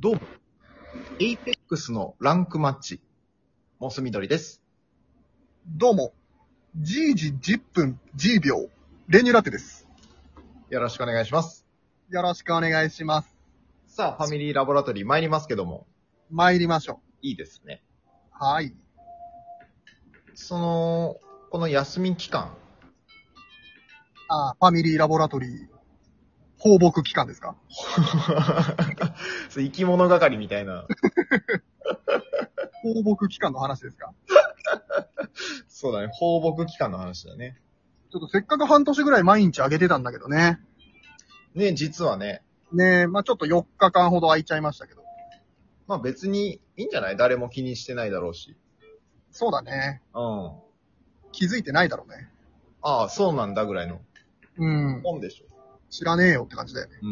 どうも、エイペックスのランクマッチ、モス緑です。 どうも、G 時10分10秒、練乳ラテです。 よろしくお願いします。 よろしくお願いします。 さあ、ファミリーラボラトリー参りますけども、 参りましょいいですね。 う。はい。 この休み期間、 ファミリーラボラトリー、放牧期間ですか？ 生き物係みたいな。 放牧期間の話ですか？ そうだね、放牧期間の話だね。 ちょっとせっかく半年ぐらい毎日あげてたんだけどね。 ね、実はね、 ねえ、ちょっと4日間ほど空いちゃいましたけど。 まあ別にいいんじゃない？誰も気にしてないだろうし。 そうだね。 うん。 気づいてないだろうね。 ああ、そうなんだぐらいのうん。 本でしょ。 知らねえよって感じだよね。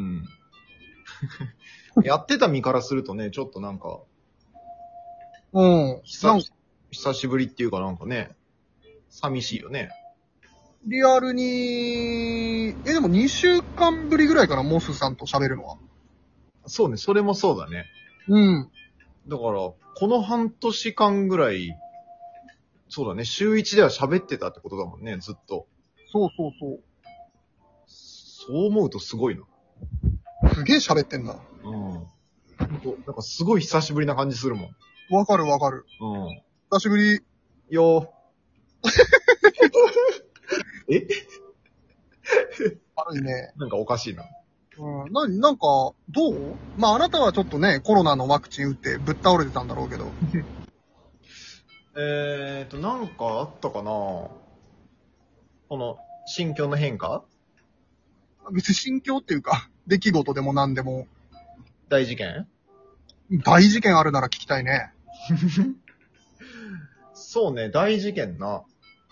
うん。やってた身からするとね、ちょっとなんか、 うん。 久しぶりっていうかなんかね、寂しいよね。 リアルに、でも2週間ぶりぐらいかな、モスさんと喋るのは。 そうね、それもそうだね。 うん。 だから、この半年間ぐらい、そうだね、週一では喋ってたってことだもんね、ずっと。 そうそうそう。 そう思うとすごいな。 すげえ喋ってんな。 うん。なんかすごい久しぶりな感じするもん。 わかるわかる。 うん。 久しぶり。 よー。え悪いね。 なんかおかしいな。 なんか、どう？あなたはちょっとね、コロナのワクチン打ってぶっ倒れてたんだろうけど。 なんかあったかなこの、心境の変化？ 別に心境っていうか、出来事でも何でも、 大事件？ 大事件あるなら聞きたいね。 そうね、大事件な。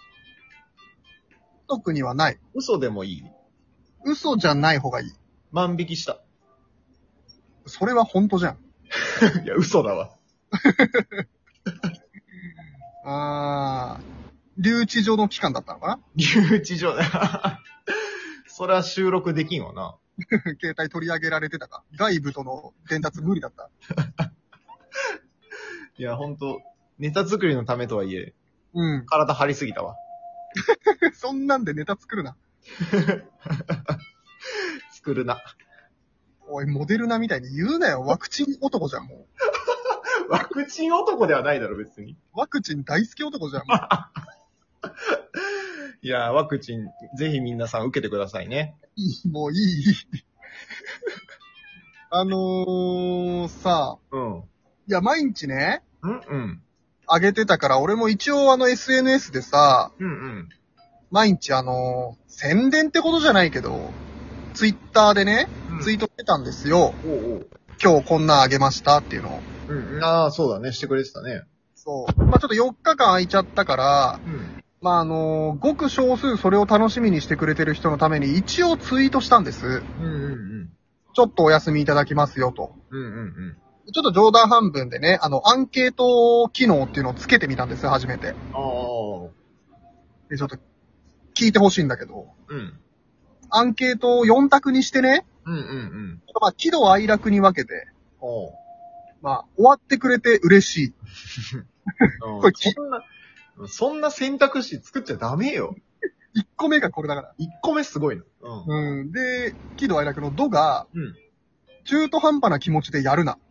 特にはない。 嘘でもいい？ 嘘じゃない方がいい。 万引きした。 それは本当じゃん。 いや、嘘だわ。 留置所の期間だったのかな？ 留置所だ。それは収録できんわな。 携帯取り上げられてたか。外部との伝達無理だった。 いや、ほんと、ネタ作りのためとはいえ、 うん。 体張りすぎたわ。 そんなんでネタ作るな。 作るな。 おい、モデルナみたいに言うなよ。ワクチン男じゃん、もワクチン男ではないだろ、別に。 う。ワクチン大好き男じゃん、もう。 いや、ワクチン、ぜひ皆さん受けてくださいね。 もういい。さ、 うん。 いや、毎日ね、 うん。 上げてたから、俺も一応SNS でさ、 うん。 毎日宣伝ってことじゃないけど、ツイッターでね、ツイートしてたんですよ。 おう。 今日こんなんあげましたっていうのを。 うん。ああ、そうだね。してくれてたね。 そう。ちょっと4日間空いちゃったから、 うん。 ごく少数それを楽しみにしてくれてる人のために一応ツイートしたんです。 うん。 ちょっとお休みいただきますよと。 うん。 ちょっと冗談半分でね、アンケート機能っていうのをつけてみたんですよ、初めて。 ああ。 で、ちょっと聞いてほしいんだけど、 うん。 アンケートを4択にしてね、 うん。 喜怒哀楽に分けて、 おう。 終わってくれて嬉しい。これそんな選択肢作っちゃダメよ。 1個目がこれだから。 1個目すごいの。 で、喜怒哀楽の度が、 うん。 中途半端な気持ちでやるな。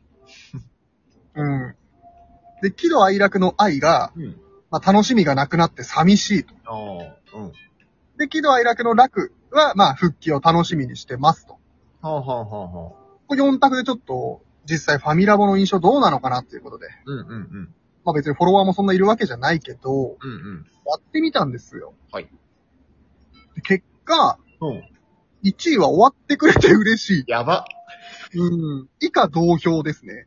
で、喜怒哀楽の愛が、 うん。 楽しみがなくなって寂しいと。 ああ。うん。 で、喜怒哀楽の楽は、復帰を楽しみにしてますと。 はあ。 これ4択でちょっと、実際ファミラボの印象どうなのかなっていうことで。 うん。 別にフォロワーもそんないるわけじゃないけど、 うん。 やってみたんですよ。 はい。 で結果、 うん。 1位は終わってくれて嬉しい。 やば。 以下同票ですね。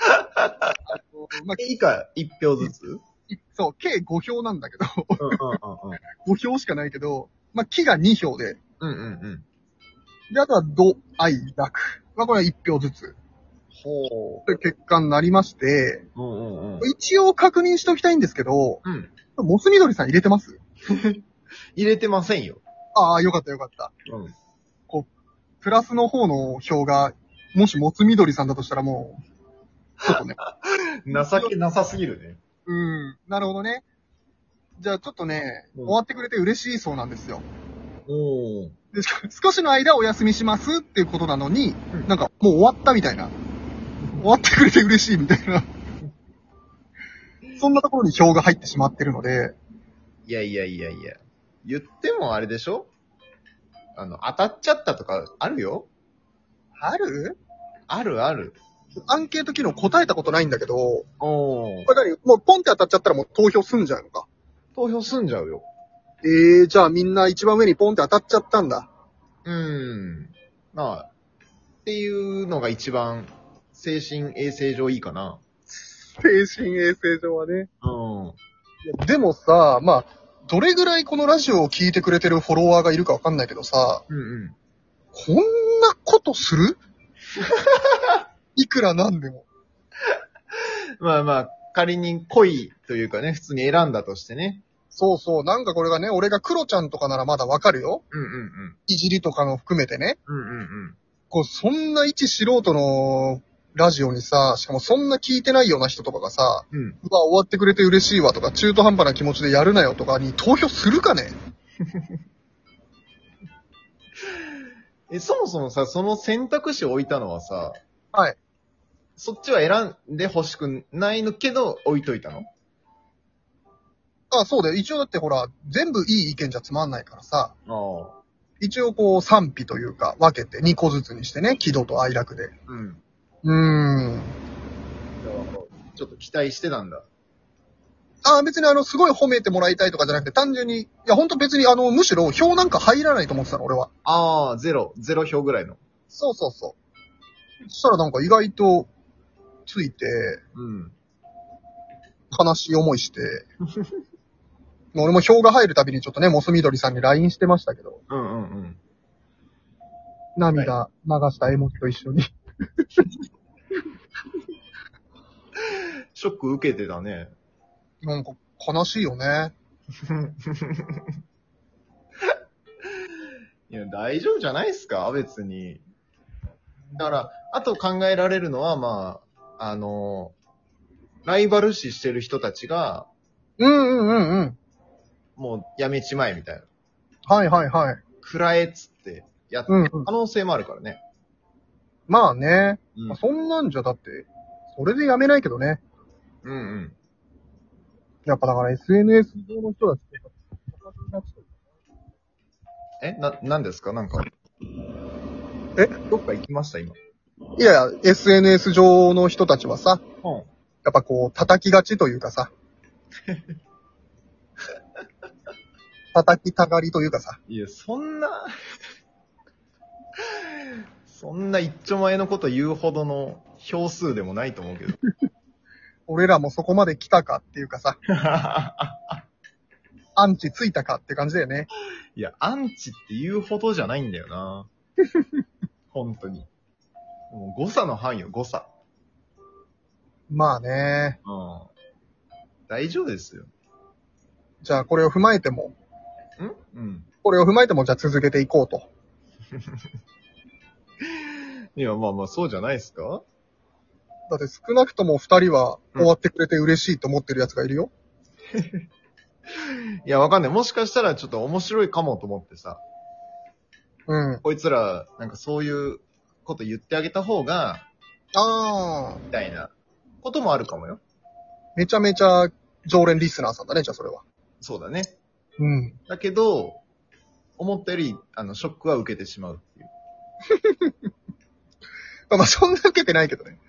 以下1票ずつ？ そう、計5票なんだけど、 うん。 5票しかないけど、喜が2票で、 うん。 で、あとは怒、愛、楽。これは1票ずつ。 ほという結果になりまして、 う。うん。 一応確認しておきたいんですけど、 うん。 モスミドリさん入れてます？ 入れてませんよ。 ああ、よかったよかった。 うん。 プラスの方の票が、もしモスミドリさんだとしたらもう、 ちょっとね。 情けなさすぎるね。 うん。なるほどね。じゃあちょっとね、 うん終わってくれて嬉しいそうなんですよ。 おー。 で、少しの間お休みしますっていうことなのに、 うんなんかもう終わったみたいな。終わってくれて嬉しいみたいな。そんなところに票が入ってしまってるので、 いやいやいやいや。言ってもあれでしょ？当たっちゃったとかあるよ。 ある？ あるある。 アンケート機能答えたことないんだけど、 おー。 これ何？もうポンって当たっちゃったらもう投票すんじゃうのか。 投票済んじゃうよ。 じゃあみんな一番上にポンって当たっちゃったんだ。 まあ、っていうのが一番精神衛生上いいかな。 精神衛生上はね。 うん。 いやでもさ、まあ、どれぐらいこのラジオを聞いてくれてるフォロワーがいるかわかんないけどさ、 うんうん。 こんなことするいくらなんでも。 まあまあ、仮に恋というかね、普通に選んだとしてね。 そうそう。なんかこれがね、俺がクロちゃんとかならまだわかるよ。 うんうんうん。 いじりとかの含めてね。 うんうんうん。 こう、そんな一素人のラジオにさ、しかもそんな聞いてないような人とかがさ、 うん。 うわ、終わってくれて嬉しいわとか、中途半端な気持ちでやるなよとかに投票するかね？ そもそもさ、その選択肢を置いたのはさ、 はい。 そっちは選んで欲しくないのけど置いといたの？ あ、そうだよ。一応だってほら、全部いい意見じゃつまんないからさ、 ああ。 一応こう賛否というか分けて2個ずつにしてね、喜怒と哀楽で。 うん。ちょっと期待してたんだ。 別にすごい褒めてもらいたいとかじゃなくて、単純に、いやほんと別にむしろ票なんか入らないと思ってたの、俺は。 ああ、ゼロ票ぐらいの。 そうそうそう。そしたらなんか意外とついて、 うん。 悲しい思いして、俺も票が入るたびにちょっとね、モス緑さんに LINE してましたけど、 うんうんうん。 涙流した絵文字と一緒に。 ショック受けてたね。 なんか悲しいよね。 いや、大丈夫じゃないっすか別に。だから、あと考えられるのは、まあ、ライバル視してる人たちが、 うん。 もうやめちまえみたいな。 はいはいはい。 くらえっつってやってる可能性もあるからね。 まあね。 うんまあ、そんなんじゃだって、それでやめないけどね。 うんうん。 やっぱだから SNS 上の人たちって、 なんですかなんか。 えどっか行きました今。 いやいや、SNS 上の人たちはさ、 うん。 やっぱこう、叩きがちというかさ、叩きたがりというかさ、 いや、そんな一丁前のこと言うほどの票数でもないと思うけど。 俺らもそこまで来たかっていうかさ、アンチついたかって感じだよね。 いや、アンチって言うほどじゃないんだよな。本当に。もう誤差の範囲よ、誤差。 まあね。 うん。大丈夫ですよ。 じゃあこれを踏まえても、 うん。 これを踏まえてもじゃあ続けていこうと。 いや、まあまあ、そうじゃないですか？ だって少なくとも2人は終わってくれて嬉しいと思ってる奴がいるよ。 いや、わかんない。もしかしたらちょっと面白いかもと思ってさ、 うん。 こいつら、なんかそういうこと言ってあげた方が、 ああ、 みたいなこともあるかもよ。 めちゃめちゃ常連リスナーさんだね、じゃあそれは。 そうだね。 うん。 だけど、思ったより、ショックは受けてしまうっていう。 まあそんな受けてないけどね。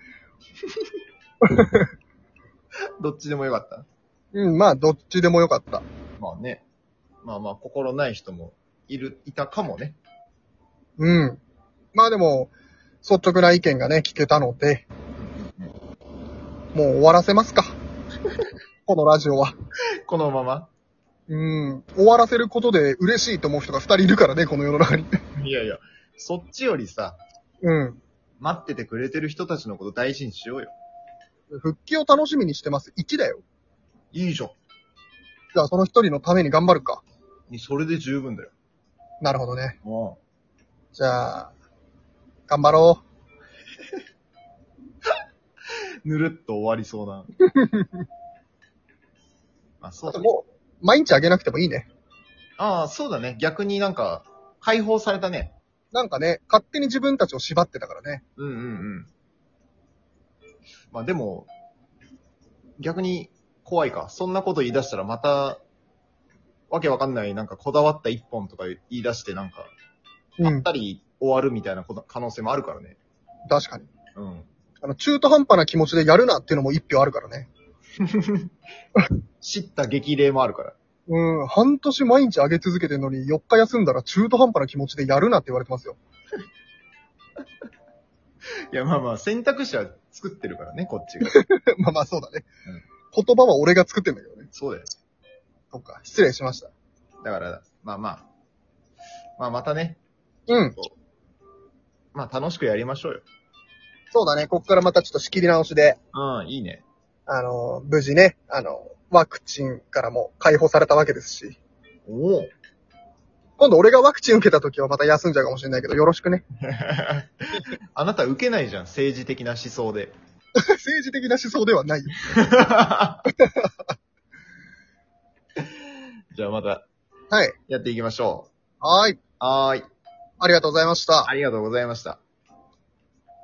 どっちでもよかった。 うん、まあどっちでもよかった。 まあね。まあまあ、心ない人もいたかもね。 うん。まあでも、率直な意見がね、聞けたので、もう終わらせますか。このラジオは。 このまま。 うん。終わらせることで嬉しいと思う人が2人いるからね、この世の中に。 いやいや、そっちよりさ、 うん。 待っててくれてる人たちのこと大事にしようよ。 復帰を楽しみにしてます。1だよ。 いいじゃん。 じゃあその1人のために頑張るか。 それで十分だよ。 なるほどね。 もじゃあ、頑張ろう。 ぬるっと終わりそうな。あ、そうだね。 もう、毎日あげなくてもいいね。 ああ、そうだね。逆になんか、解放されたね。 なんかね、勝手に自分たちを縛ってたからね。 うんうんうん。まあでも、逆に怖いか。そんなこと言い出したらまた、わけわかんない、なんかこだわった一本とか言い出してなんか、ぱっうん。 たり終わるみたいな可能性もあるからね。 確かに。 うん。 中途半端な気持ちでやるなっていうのも一票あるからね。 知った激励もあるから。 半年毎日上げ続けてるのに4日休んだら中途半端な気持ちでやるなって言われてますよ。 いや、まあまあ、選択肢は作ってるからね、こっちが。 まあまあそうだね。言葉は俺が作ってんだけどね。 そうだよ。 そうか。失礼しました。 だから、まあまあ。まあまたね。 うん。 まあ楽しくやりましょうよ。 そうだね。こっからまたちょっと仕切り直しで、 うん、いいね。 無事ね、ワクチンからも解放されたわけですし。 おお。 今度俺がワクチン受けた時はまた休んじゃうかもしれないけど、よろしくね。 あなた受けないじゃん、政治的な思想で。 政治的な思想ではないよ。 じゃあまたはい。 やっていきましょはーい。 う。はーい。 ありがとうございました。 ありがとうございました。